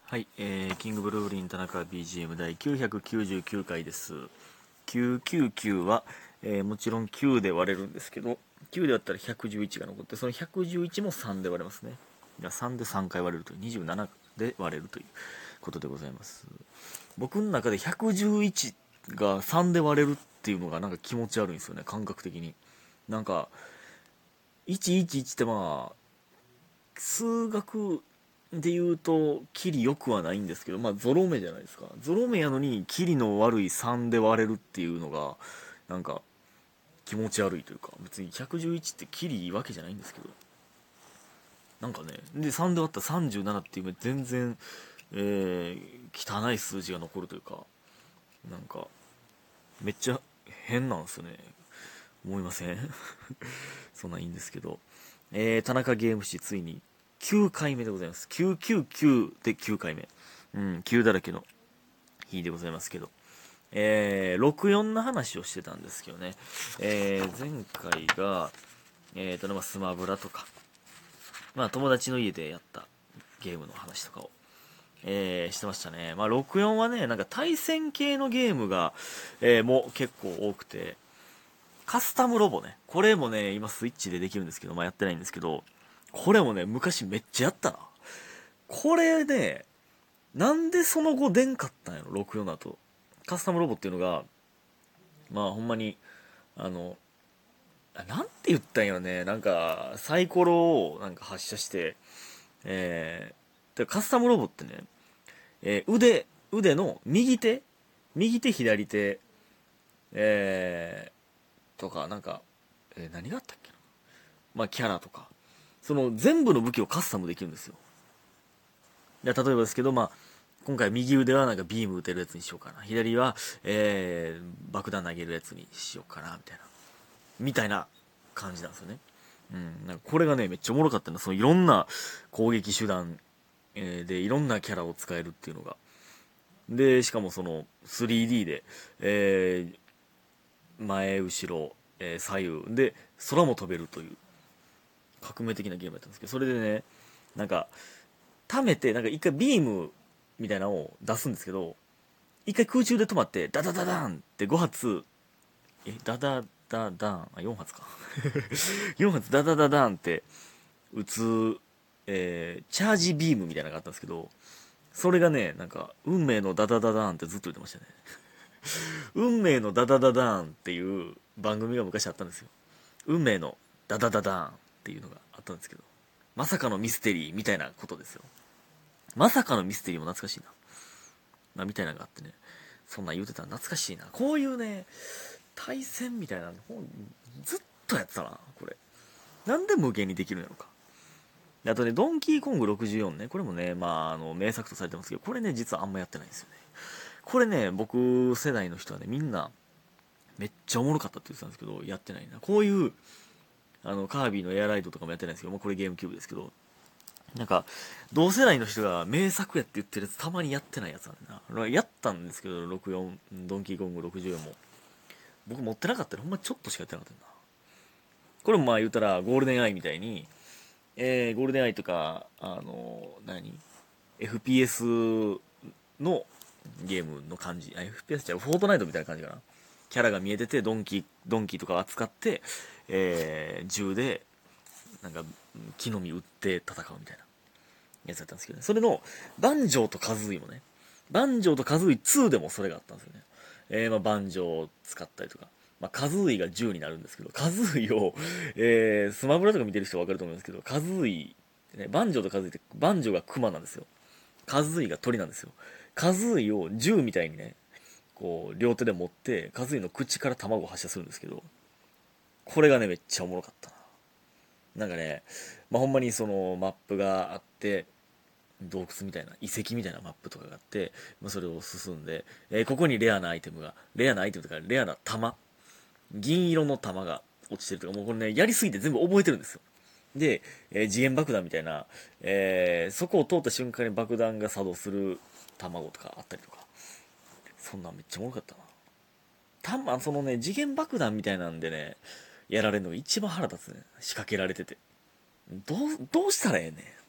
はい、キングブルーリン田中 BGM 第999回です。999は、もちろん9で割れるんですけど、9で割ったら111が残って、その111も3で割れますね。3で3回割れるという、27で割れるということでございます。僕の中で111が3で割れるっていうのがなんか気持ち悪いんですよね、感覚的に。なんか、111ってまあ、数学で言うとキリ良くはないんですけど、まあゾロ目じゃないですか。ゾロ目やのにキリの悪い3で割れるっていうのがなんか気持ち悪いというか、別に111ってキリいいわけじゃないんですけど、なんかね、で3で割ったら37っていう全然、汚い数字が残るというか、なんかめっちゃ変なんですよね。思いません？そんなんいいんですけど、田中ゲーム誌ついに9回目でございます。999で9回目。うん、9だらけの日でございますけど。64の話をしてたんですけどね。前回が、まあ、スマブラとか、まあ、友達の家でやったゲームの話とかを、してましたね。まあ、64はね、なんか対戦系のゲームが、もう結構多くて、カスタムロボね。これもね、今スイッチでできるんですけど、まあ、やってないんですけど、これもね、昔めっちゃやったな。これね、なんでその後出んかったんやろ、64だと。カスタムロボっていうのが、まあほんまに、なんて言ったんやろね、なんか、サイコロをなんか発射して、でカスタムロボってね、腕の右手、左手、とか、なんか、何があったっけな。まあキャラとか、その全部の武器をカスタムできるんですよ。例えばですけど、まあ、今回右腕はなんかビーム打てるやつにしようかな。左は、爆弾投げるやつにしようかな、みたいな感じなんですよね。うん。なんかこれがね、めっちゃおもろかったの。そのいろんな攻撃手段、でいろんなキャラを使えるっていうのが。で、しかもその 3D で、前、後ろ、左右で空も飛べるという革命的なゲームだったんですけど、それでね、なんか、溜めて、なんか一回ビームみたいなのを出すんですけど、一回空中で止まって、ダダダダンって5発、ダダダダン、4発か。4発ダダダダンって撃つ、チャージビームみたいなのがあったんですけど、それがね、なんか、運命のダダダダンってずっと言ってましたね。運命のダダダダンっていう番組が昔あったんですよ。運命のダダダダンっていうのがあったんですけど、まさかのミステリーみたいなことですよ。まさかのミステリーも懐かしいな。まあ、みたいなのがあってね。そんなん言うてたら懐かしいな。こういうね、対戦みたいなの、ずっとやってたな、これ。なんで無限にできるんやろか。あとね、ドンキーコング64ね。これもね、まあ、名作とされてますけど、これね、実はあんまやってないんですよね。これね、僕世代の人はね、みんな、めっちゃおもろかったって言ってたんですけど、やってないな。こういう、カービィのエアライドとかもやってないんですけど、もうこれゲームキューブですけど、なんか、同世代の人が名作やって言ってるやつたまにやってないやつなんだな。やったんですけど、64、ドンキーコング64も。僕持ってなかったらほんまちょっとしかやってなかったんだ。これもまあ言うたら、ゴールデンアイみたいに、ゴールデンアイとか、FPS のゲームの感じ。FPS じゃフォートナイトみたいな感じかな。キャラが見えてて、ドンキーとか扱って、銃で、なんか、木の実撃って戦うみたいな。やつだったんですけどね。それの、バンジョーとカズイもね、バンジョーとカズイ2でもそれがあったんですよね。まあ、バンジョーを使ったりとか、まあ、カズイが銃になるんですけど、カズイを、スマブラとか見てる人はわかると思うんですけど、カズイ、ね、バンジョーとカズイって、バンジョーがクマなんですよ。カズイが鳥なんですよ。カズイを銃みたいにね、こう、両手で持って、カズイの口から卵を発射するんですけど、これがね、めっちゃおもろかったな。なんかね、まあ、ほんまにそのマップがあって、洞窟みたいな遺跡みたいなマップとかがあって、まあ、それを進んで、ここにレアなアイテムがレアなアイテムとかレアな弾、銀色の弾が落ちてるとか、もうこれねやりすぎて全部覚えてるんですよ。で、次元爆弾みたいな、そこを通った瞬間に爆弾が作動する卵とかあったりとか、そんなんめっちゃおもろかったな。そのね次元爆弾みたいなんでねやられるのが一番腹立つね。仕掛けられてて、どうしたらええねん。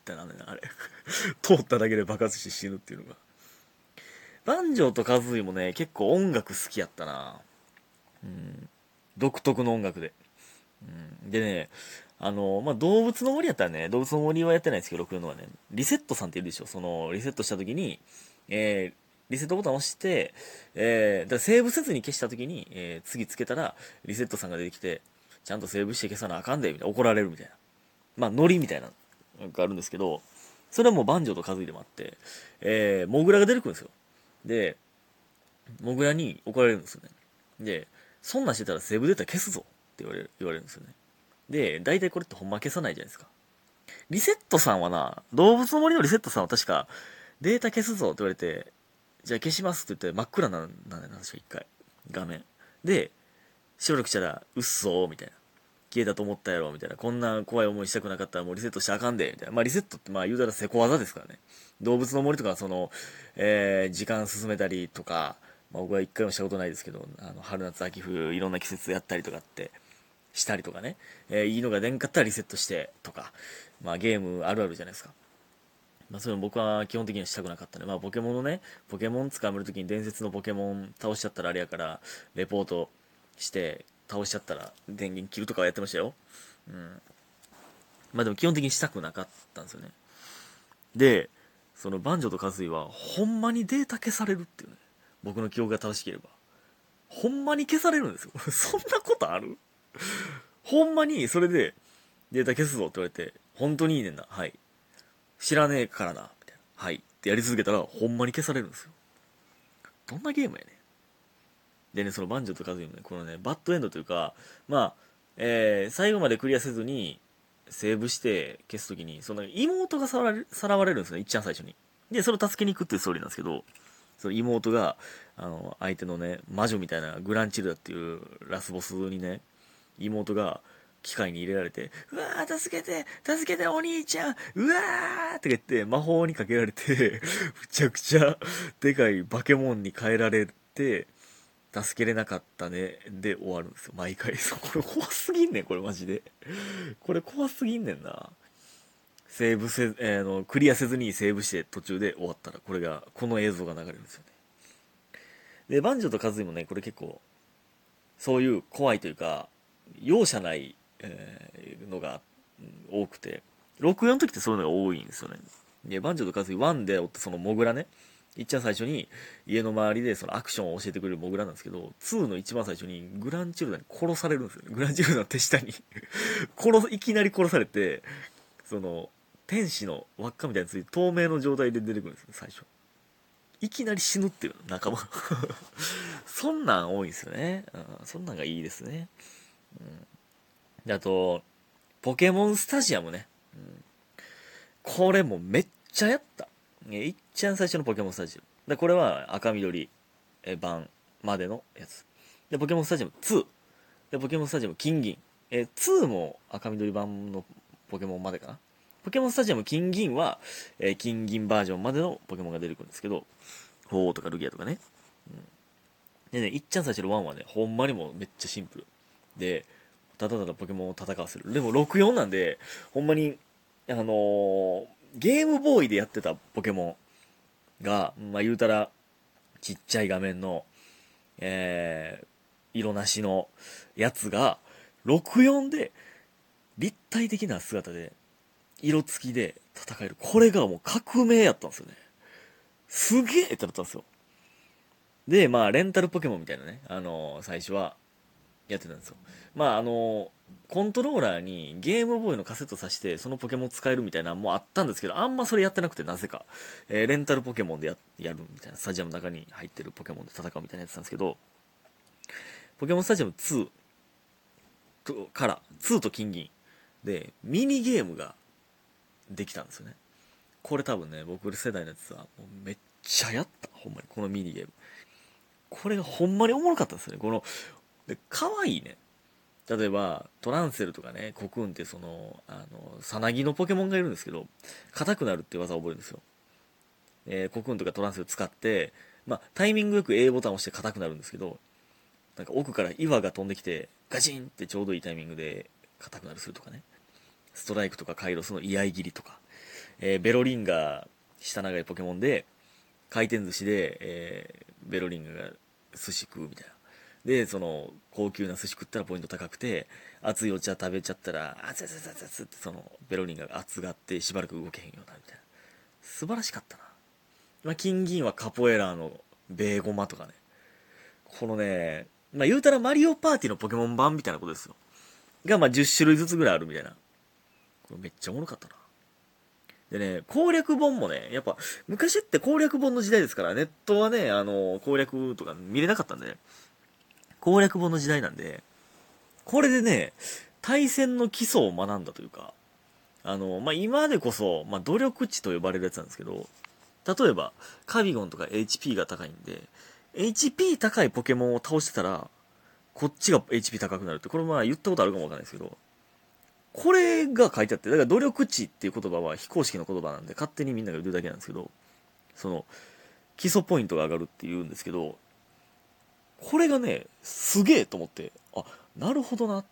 ってなんだよな、あれ。通っただけで爆発して死ぬっていうのが。バンジョーとカズイもね、結構音楽好きやったな。うん。独特の音楽で。うん。でね、動物の森やったらね、動物の森はやってないんですけど、64のはね、リセットさんっているでしょ。その、リセットした時に、リセットボタンを押して、だからセーブせずに消した時に、次つけたら、リセットさんが出てきて、ちゃんとセーブして消さなあかんで、みたいな、怒られるみたいな。まあ、ノリみたいなのがあるんですけど、それはもうバンジョーとカズイでもあって、モグラが出てくるんですよ。で、モグラに怒られるんですよね。で、そんなんしてたらセーブデータ消すぞって言われるんですよね。で、大体これってほんま消さないじゃないですか。リセットさんはな、動物の森のリセットさんは確か、データ消すぞって言われて、じゃあ消しますって言って真っ暗なんだよな、確か一回。画面。で、しばらくしたら、うっそーみたいな。消えたと思ったやろみたいな。こんな怖い思いしたくなかったらもうリセットしたらあかんでみたいな。まあリセットってまあ言うたらセコ技ですからね。動物の森とかその、時間進めたりとか、まあ僕は一回もしたことないですけど、春夏秋冬いろんな季節やったりとかってしたりとかね。いいのが出んかったらリセットしてとか。まあゲームあるあるじゃないですか。まあそういうの僕は基本的にはしたくなかったね。まあポケモンのね、ポケモン捕まえるときに伝説のポケモン倒しちゃったらあれやから、レポートして倒しちゃったら電源切るとかはやってましたよ。うん。まあでも基本的にしたくなかったんですよね。で、そのバンジョーとカズイはほんまにデータ消されるっていうね。僕の記憶が正しければ。ほんまに消されるんですよ。そんなことある？ほんまにそれでデータ消すぞって言われて、本当にいいねんな。はい。知らねえからな。みたいな。はい。ってやり続けたらほんまに消されるんですよ。どんなゲームやねん。でね、そのバンジョーとカズイもね、このね、バッドエンドというか、まあ、最後までクリアせずに、セーブして消すときに、その妹がさらわれるんですよね、いっちゃん最初に。で、それを助けに行くっていうストーリーなんですけど、その妹が、相手のね、魔女みたいなグランチルダっていうラスボスにね、妹が機械に入れられて、うわー、助けて、お兄ちゃん、うわーって言って魔法にかけられて、むちゃくちゃでかい化け物に変えられて、助けれなかったね、で終わるんですよ、毎回。これ怖すぎんねん、これマジで。これ怖すぎんねんな。セーブせ、クリアせずにセーブして途中で終わったら、この映像が流れるんですよね。で、バンジョーとカズイもね、これ結構、そういう怖いというか、容赦ない、のが多くて、64の時ってそういうのが多いんですよね。で、バンジョーとカズイ1でおってそのモグラね、いっちゃん最初に家の周りでそのアクションを教えてくれるモグラなんですけど、2の一番最初にグランチルダに殺されるんですよね。グランチルダの手下にいきなり殺されて、その、天使の輪っかみたいについて透明の状態で出てくるんですよ、最初。いきなり死ぬっていう仲間そんなん多いんですよね。うん、そんなんがいいですね。で、あと、ポケモンスタジアムね。これもめっちゃやった。いっちゃん最初のポケモンスタジアム。で、これは赤緑版までのやつ。で、ポケモンスタジアム2。で、ポケモンスタジアム金銀。2も赤緑版のポケモンまでかな。ポケモンスタジアム金銀は、金銀バージョンまでのポケモンが出てくるんですけど、フォーとかルギアとかね。でね、いっちゃん最初の1はね、ほんまにもうめっちゃシンプル。で、ただただポケモンを戦わせる。でも64なんで、ほんまに、ゲームボーイでやってたポケモンが、まあ言うたら、ちっちゃい画面の、色なしのやつが、64で立体的な姿で、色付きで戦える。これがもう革命やったんですよね。すげえってなったんですよ。で、まあ、レンタルポケモンみたいなね、最初はやってたんですよ。まあ、コントローラーにゲームボーイのカセット挿して、そのポケモン使えるみたいなのもあったんですけど、あんまそれやってなくて、なぜか。レンタルポケモンでやるみたいな、スタジアムの中に入ってるポケモンで戦うみたいなやつなんですけど、ポケモンスタジアム22と金銀で、ミニゲームができたんですよね。これ多分ね、僕世代のやつは、もうめっちゃやった。ほんまに、このミニゲーム。これがほんまにおもろかったんですよね。で、可愛いね。例えば、トランセルとかね、コクーンってさなぎのポケモンがいるんですけど、硬くなるって技を覚えるんですよ。コクーンとかトランセル使って、まあ、タイミングよく A ボタンを押して硬くなるんですけど、なんか奥から岩が飛んできて、ガチンってちょうどいいタイミングで硬くなるするとかね。ストライクとかカイロスの居合切りとか、 ベロリンガー、下長いポケモンで、回転寿司で、ベロリンガーが寿司食うみたいな。で、その、高級な寿司食ったらポイント高くて、熱いお茶食べちゃったら、熱々ってその、ベロリンガーが熱がってしばらく動けへんようになるみたいな。素晴らしかったな。まあ、金銀はカポエラーのベーゴマとかね。このね、まあ言うたらマリオパーティーのポケモン版みたいなことですよ。が、まあ10種類ずつぐらいあるみたいな。これめっちゃおもろかったな。でね、攻略本もね、やっぱ、昔って攻略本の時代ですから、ネットはね、攻略とか見れなかったんでね、攻略本の時代なんで、これでね、対戦の基礎を学んだというか、まあ、今でこそ、まあ、努力値と呼ばれるやつなんですけど、例えば、カビゴンとか HP が高いんで、HP 高いポケモンを倒してたら、こっちが HP 高くなるって、これまあ言ったことあるかもわかんないですけど、これが書いてあって、だから努力値っていう言葉は非公式の言葉なんで、勝手にみんなが言うだけなんですけど、その、基礎ポイントが上がるって言うんですけど、これがね、すげえと思って、あ、なるほどなって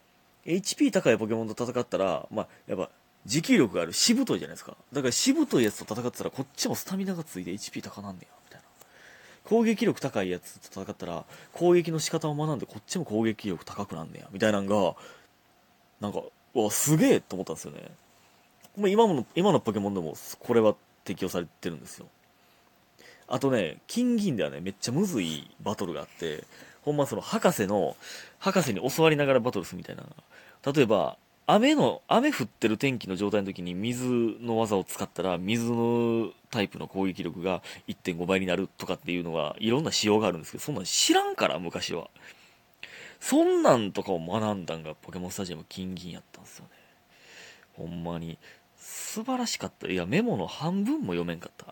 。HP 高いポケモンと戦ったら、まあ、やっぱ、持久力があるしぶといじゃないですか。だからしぶといやつと戦ってたら、こっちもスタミナがついて HP 高なんねや、みたいな。攻撃力高いやつと戦ったら、攻撃の仕方を学んで、こっちも攻撃力高くなんねや、みたいなのが、なんか、うわ、すげえと思ったんですよね。まあ、今のポケモンでも、これは適用されてるんですよ。あとね、金銀ではね、めっちゃむずいバトルがあって、ほんまその博士に教わりながらバトルするみたいな。例えば、雨降ってる天気の状態の時に水の技を使ったら、水のタイプの攻撃力が 1.5 倍になるとかっていうのが、いろんな仕様があるんですけど、そんなん知らんから、昔は。そんなんとかを学んだんがポケモンスタジアム金銀やったんですよね。ほんまに。素晴らしかった。いや、メモの半分も読めんかった。